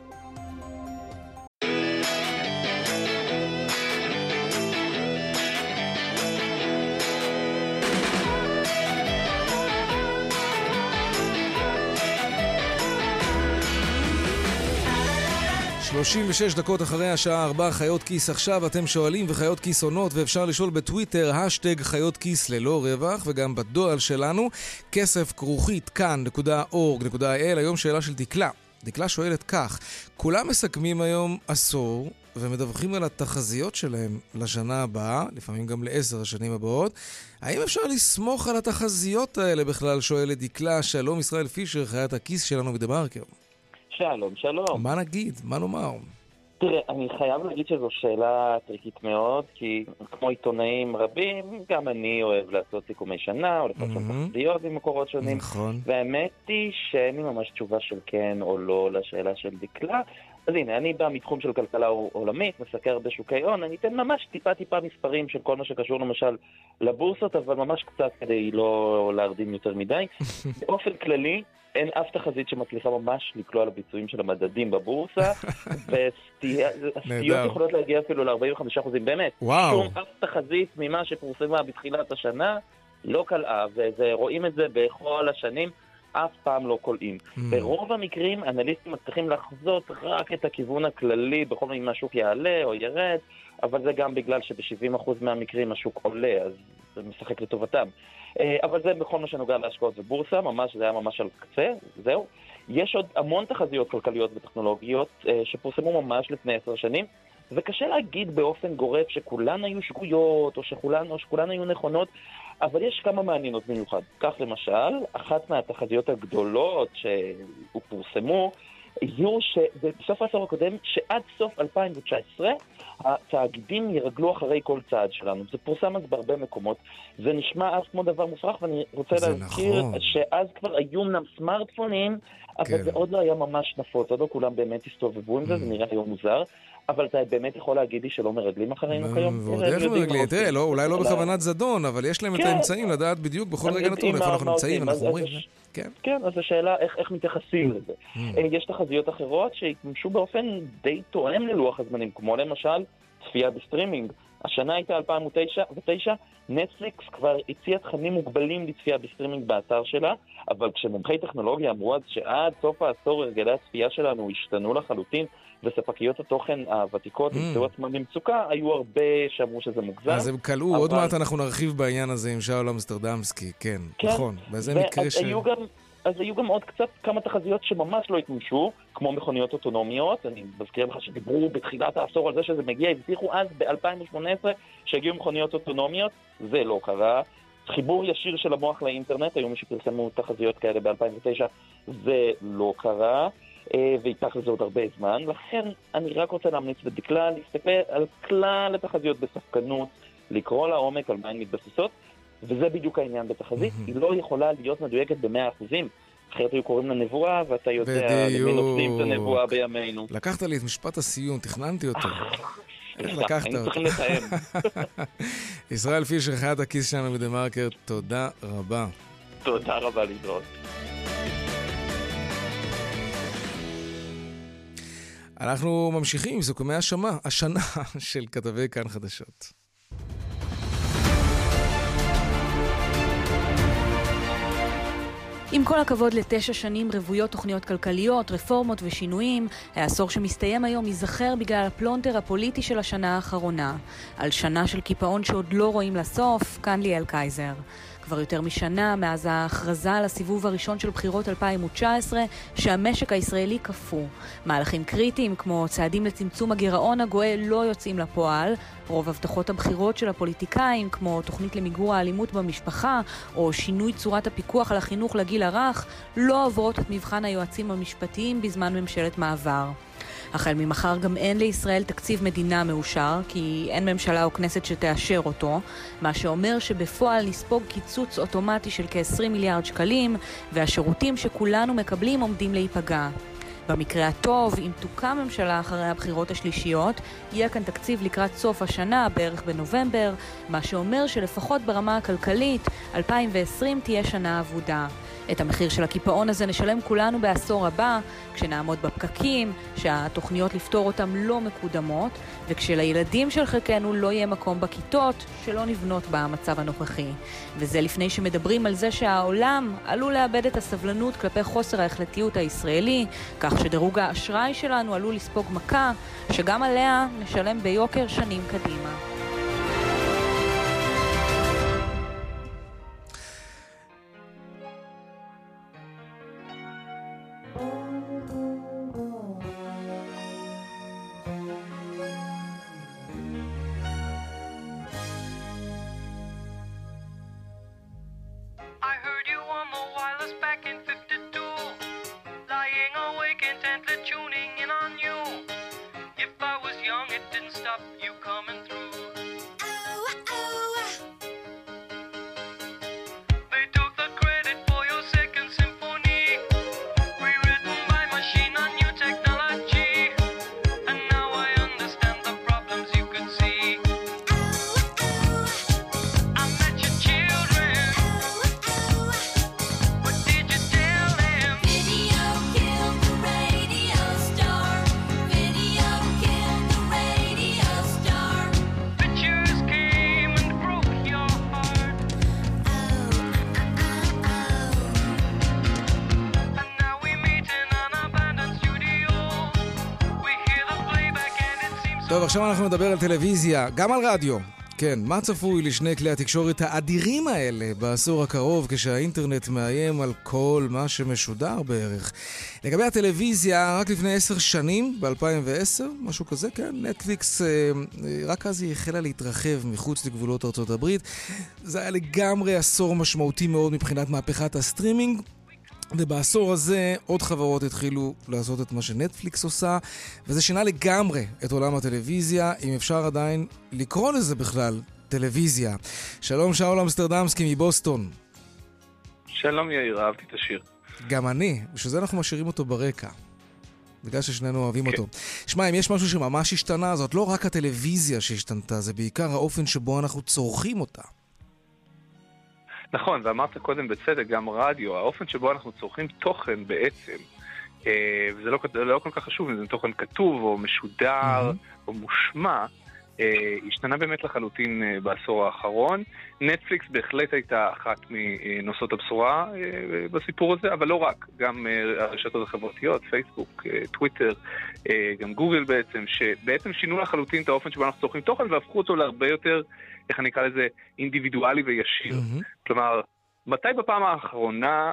ושש דקות אחרי השעה 4, חיות כיס עכשיו. אתם שואלים וחיות כיס עונות, ואפשר לשאול בטוויטר השטג חיות כיס ללא רווח, וגם בדואל שלנו כסף@כאן.org.il. היום שאלה של דקלה. דקלה שואלת כך: כולם מסכמים היום עשור ומדווחים על התחזיות שלהם לשנה הבאה, לפעמים גם ל10 השנים הבאות. האם אפשר לסמוך על התחזיות האלה בכלל? שואלת דקלה. שלום, ישראל פישר, חיית הכיס שלנו בדמרקר. שלום, שלום. מה נגיד? מה נאמר? תראה, אני חייב להגיד שזו שאלה טריקית מאוד, כי כמו עיתונאים רבים, גם אני אוהב לעשות סיכומי שנה, או לעשות שם תחזיות במקורות שונים. נכון. והאמת היא שאין לי ממש תשובה של כן או לא לשאלה של דקלה. אז הנה, אני בא מתחום של כלכלה עולמית, מסקר בשוקי הון, אני אתן ממש טיפה מספרים של כל מה שקשור למשל לבורסות, אבל ממש קצת כדי לא להרדים יותר מדי. באופן כללי, אין אף תחזית שמצליחה ממש לקלוע לביצועים של המדדים בבורסה, והסטיות יכולות להגיע אפילו ל-45%, באמת. וואו. שום אף תחזית ממה שפורסמה בתחילת השנה לא קלעה, ורואים את זה בכל השנים, אף פעם לא קולעים. ברוב המקרים, אנליסטים מצליחים לחזות רק את הכיוון הכללי, בכל מיני אם השוק יעלה או ירד, אבל זה גם בגלל שב-70% מהמקרים השוק עולה, אז זה משחק לטובתם. אבל זה בכל מה שנוגע להשקעות בבורסה, ממש, זה היה ממש על קצה, זהו. יש עוד המון תחזיות כלכליות וטכנולוגיות שפורסמו ממש לפני 10 שנים, וקשה להגיד באופן גורף שכולן היו שגויות, או שכולן היו נכונות, אבל יש כמה מעניינות במיוחד. כך למשל, אחת מהתחזיות הגדולות שפורסמו, יהיו שבסוף העשור הקודם, שעד סוף 2019, התאגידים ירגלו אחרי כל צעד שלנו. זה פורסם אז בהרבה מקומות. זה נשמע אז כמו דבר מופרך, ואני רוצה להזכיר שאז כבר היו אמנם סמארטפונים, אבל זה עוד לא היה ממש נפוץ, עוד לא כולם באמת הסתובבו עם זה, זה נראה היום מוזר. אבל אתה באמת יכול להגיד לי שלא מרגלים אחרינו כיום? ועוד איך מרגלים, תראה, אולי לא בכוונת זדון, אבל יש להם את האמצעים לדעת בדיוק בכל רגע נתון איפה אנחנו נמצאים, אנחנו רואים. כן, אז השאלה איך מתייחסים לזה. יש תחזיות אחרות שהתממשו באופן די תואם ללוח הזמנים, כמו למשל צפייה בסטרימינג. השנה הייתה 2009, נטפליקס כבר הציעה תכנים מוגבלים לצפייה בסטרימינג באתר שלה, אבל כשמומחי טכנולוגיה אמרו אז שעד סוף העשור הרגלי הצפייה שלנו השתנו לחלוטין, וספקיות התוכן הוותיקות נמצאו עצמם במצוקה, היו הרבה שאמרו שזה מוגזם. אז הם קלעו, עוד מעט אנחנו נרחיב בעניין הזה עם שאול אמסטרדמסקי, כן, נכון. וזה מקרה ש... אז היו גם עוד קצת כמה תחזיות שממש לא התממשו, כמו מכוניות אוטונומיות. אני מזכיר לך שדיברו בתחילת העשור על זה שזה מגיע, הבטיחו אז ב-2018 שהגיעו מכוניות אוטונומיות, זה לא קרה. חיבור ישיר של המוח לאינטרנט, היו מי שפרסמו תחזיות כאלה ב-2009, זה לא קרה, וייקח לזה עוד הרבה זמן. לכן אני רק רוצה להמליץ בדקלה, להסתכל על כלל התחזיות בספקנות, לקרוא לעומק על מה הן מתבססות, וזה בדיוק העניין בתחזית. היא לא יכולה להיות מדויקת ב-100%, אחרת היו קוראים לנבואה, ואתה יודע למי נותנים את הנבואה בימינו. לקחת לי את משפט הסיום, תכננתי אותו. איך לקחת אותו? ישראל פישר, חיית הכיס שלנו בדה-מרקר, תודה רבה. תודה רבה להתראות. אנחנו ממשיכים עם סיכומי השנה של כתבי כאן חדשות. עם כל הכבוד ל9 שנים רבויות תוכניות כלכליות, רפורמות ושינויים, העשור שמסתיים היום ייזכר בגלל הפלונטר הפוליטי של השנה האחרונה. על שנה של קיפאון שעוד לא רואים לסוף, כאן ליאל קייזר. כבר יותר משנה מאז ההכרזה על הסיבוב הראשון של בחירות 2019 שהמשק הישראלי קפוא. מהלכים קריטיים כמו צעדים לצמצום הגירעון הגואל לא יוצאים לפועל, רוב הבטחות הבחירות של הפוליטיקאים כמו תוכנית למיגור האלימות במשפחה או שינוי צורת הפיקוח על החינוך לגיל הרך לא עוברות את מבחן היועצים המשפטיים בזמן ממשלת מעבר. החל ממחר גם אין לישראל תקציב מדינה מאושר, כי אין ממשלה או כנסת שתאשר אותו, מה שאומר שבפועל נספוג קיצוץ אוטומטי של כ-20 מיליארד שקלים, והשירותים שכולנו מקבלים עומדים להיפגע. במקרה הטוב, אם תוקם ממשלה אחרי הבחירות השלישיות, יהיה כאן תקציב לקראת סוף השנה, בערך בנובמבר, מה שאומר שלפחות ברמה הכלכלית, 2020 תהיה שנה עבודה. את המחיר של הקיפאון הזה נשלם כולנו בעשור הבא, כשנעמוד בפקקים, שהתוכניות לפתור אותם לא מקודמות, וכשלילדים של חלקנו לא יהיה מקום בכיתות שלא נבנות במצב הנוכחי. וזה לפני שמדברים על זה שהעולם עלול לאבד את הסבלנות כלפי חוסר ההחלטיות הישראלי, כך שדירוג האשראי שלנו עלול לספוג מכה, שגם עליה נשלם ביוקר שנים קדימה. טוב, עכשיו אנחנו נדבר על טלוויזיה, גם על רדיו. כן, מה צפוי לשני כלי התקשורת האדירים האלה בעשור הקרוב, כשהאינטרנט מאיים על כל מה שמשודר בערך? לגבי הטלוויזיה, רק לפני 10 שנים, ב-2010, משהו כזה, כן, נטפליקס, רק אז היא החלה להתרחב מחוץ לגבולות ארצות הברית. זה היה לגמרי עשור משמעותי מאוד מבחינת מהפכת הסטרימינג, ובעשור הזה עוד חברות התחילו לעשות את מה שנטפליקס עושה, וזה שינה לגמרי את עולם הטלוויזיה, אם אפשר עדיין לקרוא לזה בכלל טלוויזיה. שלום, שאול אמסטרדמסקי מבוסטון. שלום יאיר, אהבתי את השיר. גם אני, בשביל זה אנחנו משאירים אותו ברקע, בגלל ששנינו אוהבים אותו. שמע, אם יש משהו שממש השתנה, זאת לא רק הטלוויזיה שהשתנתה, זה בעיקר האופן שבו אנחנו צורכים אותה. נכון, ואמרת קודם בצדק, גם רדיו, האופן שבו אנחנו צורכים תוכן בעצם, וזה לא כל כך חשוב, אם זה תוכן כתוב או משודר או מושמע, השתנה באמת לחלוטין בעשור האחרון. נטפליקס בהחלט הייתה אחת מנושאות הבשורה בסיפור הזה, אבל לא רק, גם הרשתות החברתיות, פייסבוק, טוויטר, גם גוגל בעצם, שבעצם שינו לחלוטין את האופן שבו אנחנו צורכים תוכן והפכו אותו להרבה יותר, איך אני אקרא לזה, אינדיבידואלי וישיר. כלומר, מתי בפעם האחרונה,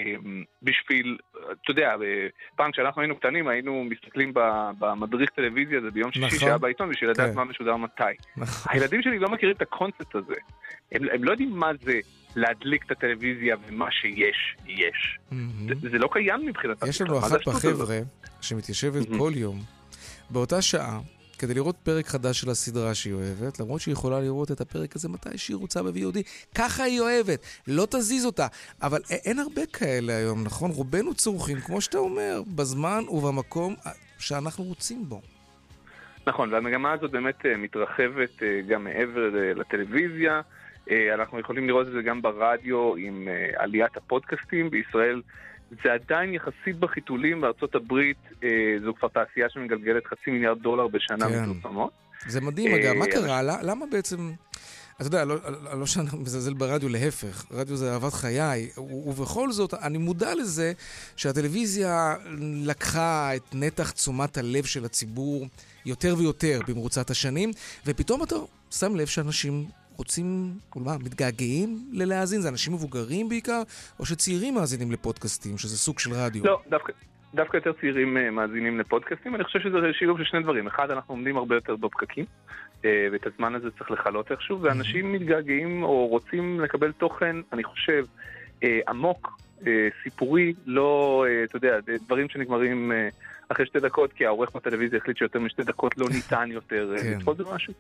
בשביל, אתה יודע, פעם כשאנחנו היינו קטנים, היינו מסתכלים במדריך טלוויזיה, זה ביום שישי שהיה בעיתון, בשביל לדעת מה משודר מתי. הילדים שלי לא מכירים את הקונספט הזה. הם לא יודעים מה זה להדליק את הטלוויזיה ומה שיש, יש. זה לא קיים מבחינתם. יש לנו אחת בחבר'ה שמתיישבת כל יום, באותה שעה, כדי לראות פרק חדש של הסדרה שהיא אוהבת, למרות שהיא יכולה לראות את הפרק הזה מתי שהיא רוצה ב-VOD. ככה היא אוהבת, לא תזיז אותה. אבל אין הרבה כאלה היום, נכון? רובנו צורכים, כמו שאתה אומר, בזמן ובמקום שאנחנו רוצים בו. נכון, והמגמה הזאת באמת מתרחבת גם מעבר לטלוויזיה. אנחנו יכולים לראות את זה גם ברדיו עם עליית הפודקאסטים בישראל. זה עדיין יחסית בחיתולים בארצות הברית, זו כבר תעשייה שמגלגלת $500 מיליארד בשנה מפרסומות. זה מדהים אגב, מה קרה? למה בעצם, אתה יודע, לא שאני מזלזל ברדיו, להפך, רדיו זה אהבת חיי, ובכל זאת אני מודע לזה שהטלוויזיה לקחה את נתח תשומת הלב של הציבור יותר ויותר במרוצת השנים, ופתאום אתה שם לב שאנשים רוצים, מתגעגעים ללהאזין? זה אנשים מבוגרים בעיקר, או שצעירים מאזינים לפודקאסטים, שזה סוג של רדיו? לא, דווקא יותר צעירים מאזינים לפודקאסטים. אני חושב שזה שילוב של שני דברים. אחד, אנחנו עומדים הרבה יותר בפקקים, ואת הזמן הזה צריך לחלות איכשהו, ואנשים מתגעגעים או רוצים לקבל תוכן, אני חושב, עמוק, סיפורי, לא, אתה יודע, דברים שנגמרים אחרי 2 דקות, כי העורך בטלוויזיה החליט שיותר מ2 דקות לא ניתן יותר לצפות במשהו.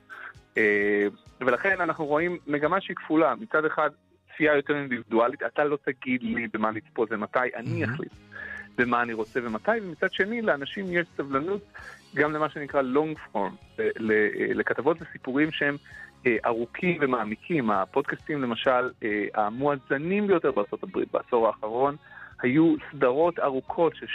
ולכן אנחנו רואים מגמה שהיא כפולה. מצד אחד, צפייה יותר אינדיבידואלית, אתה לא תגיד לי במה לצפות ומתי, אני אחליט במה אני רוצה ומתי, ומצד שני, לאנשים יש סבלנות גם למה שנקרא long form, לכתבות וסיפורים שהם ארוכים ומעמיקים. הפודקאסטים למשל, המואזנים ביותר בארצות הברית בעשור האחרון, היו סדרות ארוכות של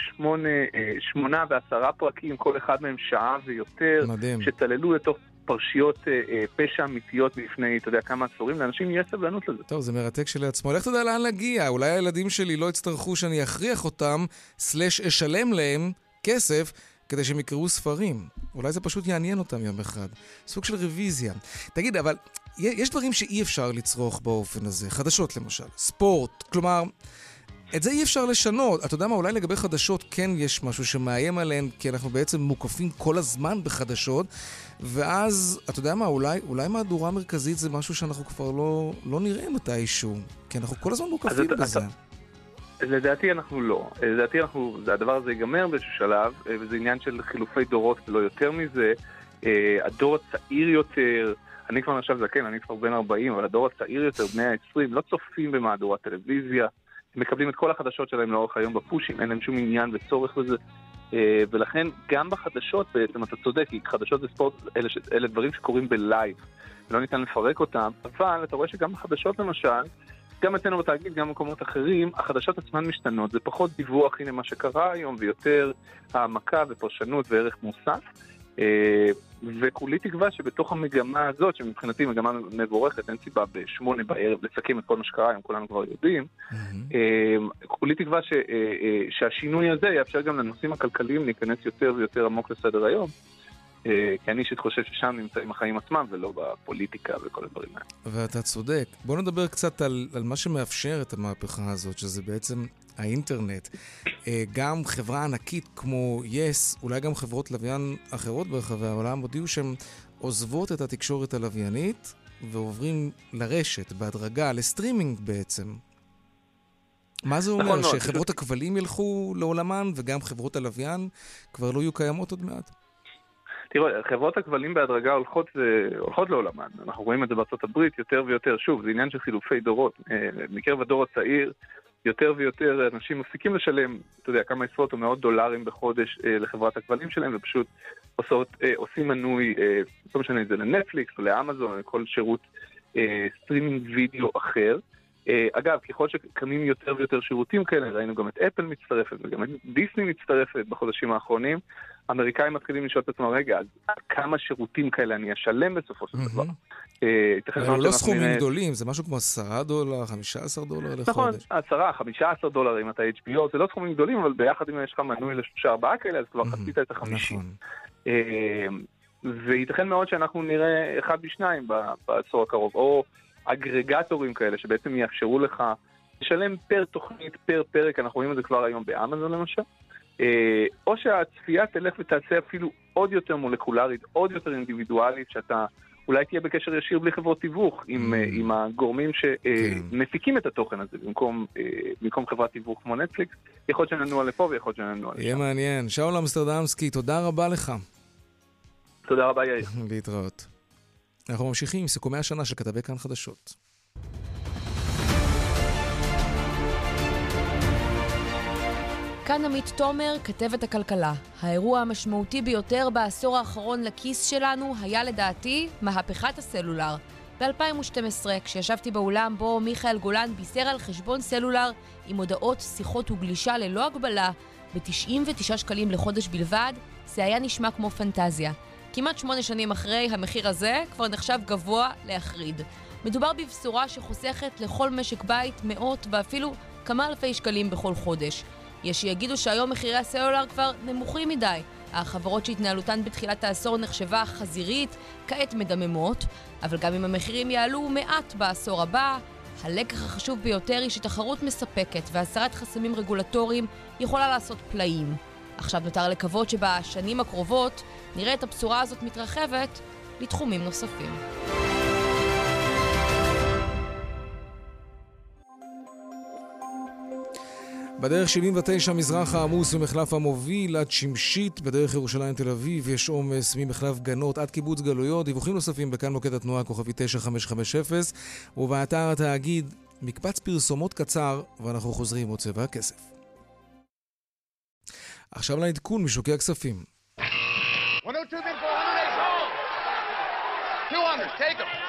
8 ו10 פרקים, כל אחד מהם שעה ויותר, שתללו לתוך פרשיות פשע אמיתיות לפני, אתה יודע, כמה עשורים, לאנשים יש סבלנות לזה. טוב, זה מרתק שלעצמו. לך תדע לאן להגיע, אולי הילדים שלי לא יצטרכו שאני אכריח אותם, /אשלם להם כסף, כדי שהם יקראו ספרים. אולי זה פשוט יעניין אותם יום אחד. סוג של רוויזיה. תגיד, אבל יש דברים שאי אפשר לצרוך באופן הזה. חדשות למשל, ספורט, כלומר, את זה אי אפשר לשנות. אתה יודע מה, אולי לגבי חדשות כן יש משהו שמאיים עליהן, כי אנחנו בעצם מוקפים כל הזמן בחדשות, ואז, אתה יודע מה, אולי מהדורה מרכזית זה משהו שאנחנו כבר לא נראה מתישהו, כי אנחנו כל הזמן מוקפים בזה. לדעתי אנחנו לא. לדעתי הדבר הזה ייגמר באיזשהו שלב, וזה עניין של חילופי דורות ולא יותר מזה. הדור הצעיר יותר, אני כבר נחשב זקן, אני כבר בן 40, אבל הדור הצעיר יותר, בני ה-20, לא צופים במהדורת טלוויזיה, מקבלים את כל החדשות שלהם לאורך היום בפושים, אין להם שום עניין וצורך בזה, ולכן גם בחדשות בעצם אתה צודק, כי חדשות וספורט אלה דברים שקורים בלייב, ולא ניתן לפרק אותם, אבל אתה רואה שגם בחדשות למשל, גם אצלנו בתאגיד, גם במקומות אחרים, החדשות עצמן משתנות, זה פחות דיווח, הנה מה שקרה היום, ויותר העמקה ופרשנות וערך מוסף, וכולי תקווה שבתוך המגמה הזאת, שמבחינתי מגמה מבורכת, אין סיבה ב8 בערב לסכם את כל מה שקרה, הם כולנו כבר יודעים, כולי תקווה שהשינוי הזה יאפשר גם לנושאים הכלכליים להיכנס יותר ויותר עמוק לסדר היום, כי אני אישית חושב ששם נמצאים החיים עצמם ולא בפוליטיקה וכל הדברים האלה. ואתה צודק. בוא נדבר קצת על מה שמאפשר את המהפכה הזאת, שזה בעצם האינטרנט. גם חברה ענקית כמו Yes, אולי גם חברות לוויין אחרות ברחבי העולם, הודיעו שהן עוזבות את התקשורת הלוויינית ועוברים לרשת, בהדרגה, לסטרימינג בעצם. מה זה אומר? שחברות הכבלים ילכו לעולמן וגם חברות הלוויין כבר לא יהיו קיימות עוד מעט? תראו, חברות הכבלים בהדרגה הולכות לעולמן. אנחנו רואים את זה בארצות הברית יותר ויותר. שוב, זה עניין של חילופי דורות. מקרב הדור הצעיר, יותר ויותר אנשים מפסיקים לשלם, אתה יודע, כמה עשרות או מאות דולרים בחודש לחברת הכבלים שלהם, ופשוט עושים מנוי, לא משנה את זה לנטפליקס או לאמזון, או לכל שירות סטרימינג וידאו אחר. אגב, ככל שקמים יותר ויותר שירותים כאלה, ראינו גם את אפל מצטרפת וגם את דיסני מצטרפת בחודשים האחרונים, האמריקאים מתחילים לשאול את עצמם, רגע, אז כמה שירותים כאלה אני אשלם בסופו של דבר? אבל לא סכומים גדולים, זה משהו כמו $10, $15 לחודש. נכון, 10-15 דולר אם אתה HBO, זה לא סכומים גדולים, אבל ביחד אם יש לך מנוי ל3-4 כאלה, אז כבר חצית את ה-50. וייתכן מאוד שאנחנו נראה אחד משניים בעשור הקרוב, או אגרגטורים כאלה שבעצם יאפשרו לך לשלם פר תוכנית, פר פרק, אנחנו רואים את זה כבר היום באמזון למשל, או שהצפייה תלך ותעשה אפילו עוד יותר מולקולרית, עוד יותר אינדיבידואלית, שאתה אולי תהיה בקשר ישיר בלי חברות תיווך עם הגורמים שמפיקים את התוכן הזה, במקום חברת תיווך כמו נטפליקס, יכול להיות שננוע לפה ויכול להיות שננוע לשם. יהיה מעניין. שאול אמסטרדמסקי, תודה רבה לך. תודה רבה יאיר. להתראות. אנחנו ממשיכים עם סיכומי השנה של כתבי כאן חדשות. כאן עמית תומר, כתבת הכלכלה. האירוע המשמעותי ביותר בעשור האחרון לכיס שלנו היה לדעתי מהפכת הסלולר. ב-2012, כשישבתי באולם בו מיכאל גולן בישר על חשבון סלולר עם הודעות, שיחות וגלישה ללא הגבלה ב-99 שקלים לחודש בלבד, זה היה נשמע כמו פנטזיה. כמעט 8 שנים אחרי, המחיר הזה כבר נחשב גבוה להחריד. מדובר בבשורה שחוסכת לכל משק בית מאות ואפילו כמה אלפי שקלים בכל חודש. יש שיגידו שהיום מחירי הסלולר כבר נמוכים מדי. החברות שהתנהלותן בתחילת העשור נחשבה חזירית, כעת מדממות, אבל גם אם המחירים יעלו מעט בעשור הבא, הלקח החשוב ביותר היא שתחרות מספקת והסרת חסמים רגולטוריים יכולה לעשות פלאים. עכשיו נותר לקוות שבשנים הקרובות נראה את הבשורה הזאת מתרחבת לתחומים נוספים. בדרך 79 מזרח העמוס ומחלף המוביל עד שמשית, בדרך ירושלים תל אביב יש עומס ממחלף גנות עד קיבוץ גלויות. דיווחים נוספים בכאן מוקד התנועה כוכבי 9550 ובאתר התאגיד מקבץ פרסומות קצר ואנחנו חוזרים עוד צבע הכסף. עכשיו לעדכון משוקי הכספים. 102 bid for 108. 200, take them.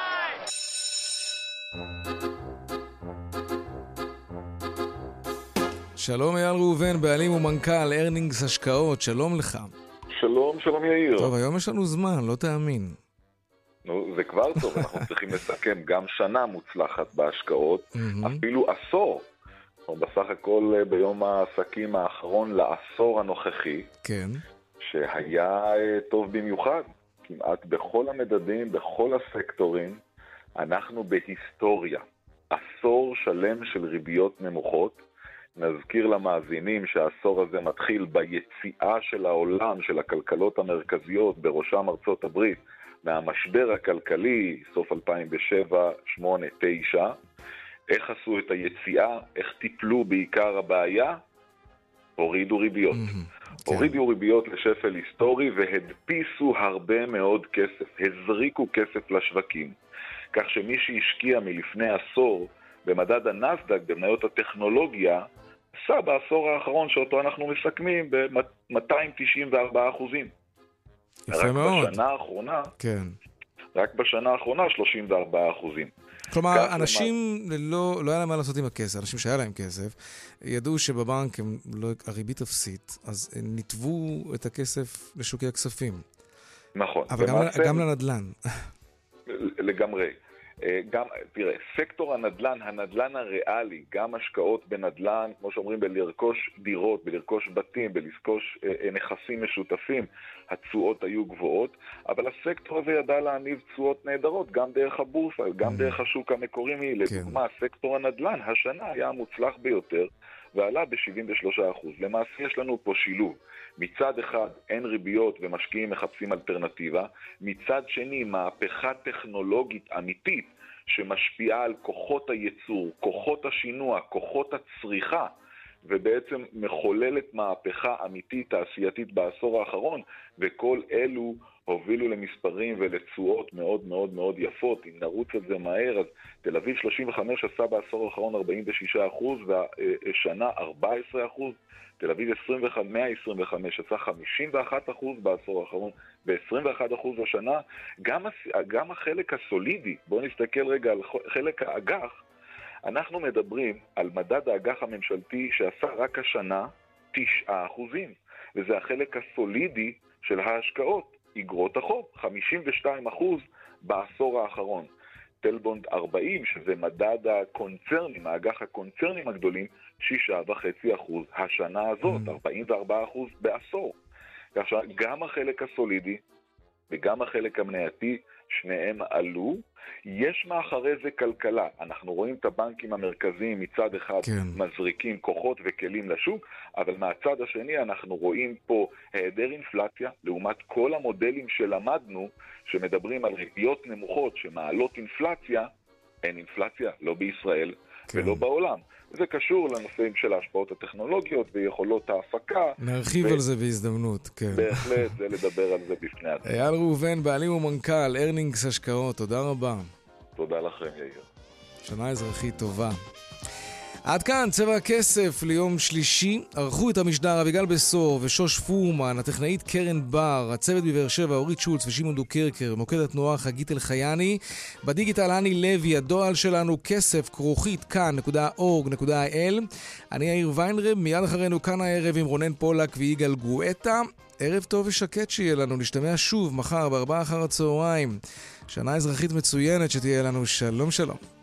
שלום אייל ראובן, בעלים ומנכ"ל ארנינגס השקעות, שלום לך. שלום, שלום יאיר. טוב, היום יש לנו זמן, לא תאמין. נו, זה כבר טוב, אנחנו צריכים לסכם גם שנה מוצלחת בהשקעות, אפילו עשור. בסך הכל ביום העסקים האחרון לעשור הנוכחי, כן. שהיה טוב במיוחד, כמעט בכל המדדים, בכל הסקטורים, אנחנו בהיסטוריה. עשור שלם של ריביות נמוכות, נזכיר למאזינים שהעשור הזה מתחיל ביציאה של העולם, של הכלכלות המרכזיות, בראשם ארצות הברית, מהמשבר הכלכלי, סוף 2007, 8, 9, איך עשו את היציאה, איך טיפלו בעיקר הבעיה, הורידו ריביות. הורידו ריביות לשפל היסטורי והדפיסו הרבה מאוד כסף, הזריקו כסף לשווקים, כך שמי שהשקיע מלפני עשור במדד הנסדק, במניות הטכנולוגיה, עשה בעשור האחרון שאותו אנחנו מסכמים ב-294%. יפה מאוד. בשנה האחרונה, כן. רק בשנה האחרונה 34%. כלומר, אנשים לא היה להם מה לעשות עם הכסף, אנשים שהיה להם כסף, ידעו שבבנק הריבית אפסית, אז הם ניתבו את הכסף לשוקי הכספים. נכון. אבל גם לנדלן. לגמרי. גם, תראה, סקטור הנדל"ן הריאלי, גם השקעות בנדל"ן, כמו שאומרים, בלרכוש דירות, בלרכוש בתים, בלרכוש נכסים משותפים, התשואות היו גבוהות, אבל הסקטור הזה ידע להניב תשואות נהדרות, גם דרך הבורסה, גם דרך השוק המקורי. לדוגמה, סקטור הנדל"ן השנה היה המוצלח ביותר, ועלה ב-73%. למעשה יש לנו פה שילוב. מצד אחד אין ריביות ומשקיעים מחפשים אלטרנטיבה, מצד שני מהפכה טכנולוגית אמיתית שמשפיעה על כוחות הייצור, כוחות השינוע, כוחות הצריכה, ובעצם מחוללת מהפכה אמיתית תעשייתית בעשור האחרון, וכל אלו הובילו למספרים ולתשואות מאוד מאוד מאוד יפות. אם נרוץ את זה מהר, אז תל אביב 35 עשה בעשור האחרון 46%, והשנה 14%, תל אביב 125 עשה 51% בעשור האחרון, ב-21% השנה. גם החלק הסולידי, בואו נסתכל רגע על חלק האג"ח, אנחנו מדברים על מדד האג"ח הממשלתי שעשה רק השנה 9%, וזה החלק הסולידי של ההשקעות, אגרות החוב, 52% בעשור האחרון. טלבונד 40, שזה מדד הקונצרנים, האג"ח הקונצרנים הגדולים, 6.5% השנה הזאת, 44% בעשור. כך שגם החלק הסולידי וגם החלק המנייתי, שניהם עלו. יש מאחורי זה כלכלה. אנחנו רואים את הבנקים המרכזיים מצד אחד מזריקים כוחות וכלים לשוק, אבל מהצד השני אנחנו רואים פה היעדר אינפלציה, לעומת כל המודלים שלמדנו שמדברים על ריביות נמוכות שמעלות אינפלציה. אין אינפלציה, לא בישראל ולא בעולם. זה קשור לנושאים של ההשפעות הטכנולוגיות ויכולות ההפקה. נרחיב על זה בהזדמנות, כן. בהחלט, זה לדבר על זה בפני עצמם. אייל ראובן, בעלים ומנכ"ל ארנינגס השקעות, תודה רבה. תודה לכם, יאיר. שנה אזרחית טובה. עד כאן צבע הכסף ליום שלישי. ערכו את המשדר אביגל בסור ושוש פורמן, הטכנאית קרן בר, הצוות בבאר שבע אורית שולץ ושימון דוקרקר, מוקד התנועה חגית אלחייני, בדיגיטל אני לוי, הדואל שלנו כסף@כאן.org.il. אני יאיר ויינרב, מיד אחרינו כאן הערב עם רונן פולק ויגאל גואטה. ערב טוב ושקט שיהיה לנו, נשתמע שוב מחר ב4 אחר הצהריים. שנה אזרחית מצוינת שתהיה לנו. שלום שלום.